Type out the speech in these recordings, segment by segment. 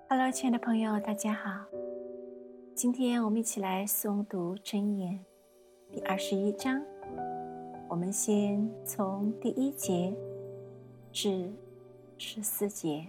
Hello， 亲爱的朋友，大家好。今天我们一起来诵读箴言第21章，我们先从第1节至14节。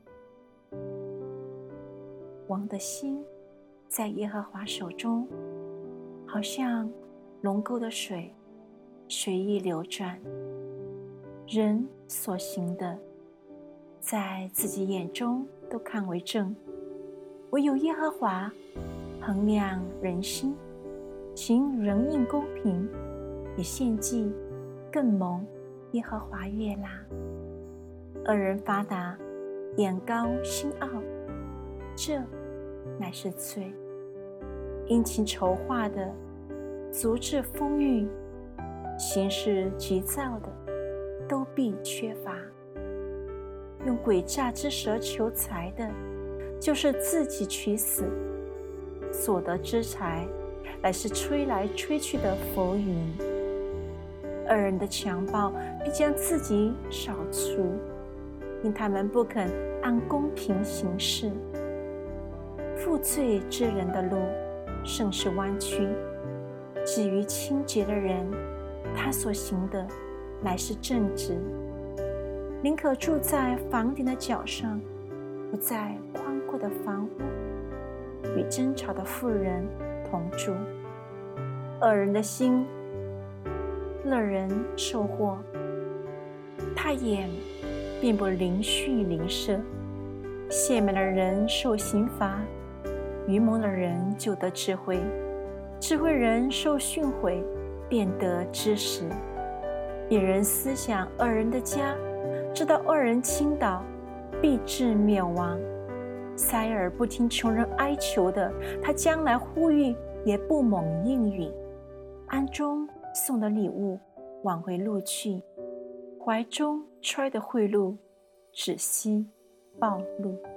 王的心在耶和华手中，好像龙沟的水，随意流转。人所行的，在自己眼中都看为正，唯有耶和华衡量人心，行仁义公平，也献祭，更蒙耶和华悦纳。恶人发达，眼高心傲，这乃是罪。殷勤筹划的，足智丰裕，行事急躁的，都必缺乏。用诡诈之舌求财的，就是自己取死。所得之财，乃是吹来吹去的浮云。恶人的强暴必将自己扫除，因他们不肯按公平行事。负罪之人的路甚是弯曲，至于清洁的人，他所行的乃是正直。宁可住在房顶的角上，不在宽阔的房屋，与争吵的妇人同住。恶人的心乐人受祸，他眼并不灵虚灵舍。懈慢的人受刑罚，愚蒙的人就得智慧。智慧人受训诲，便得知识。一人思想恶人的家，知道恶人倾倒，必致灭亡。塞耳不听穷人哀求的，他将来呼吁也不蒙应允。暗中送的礼物往回路去，怀中揣的贿赂只悉暴露。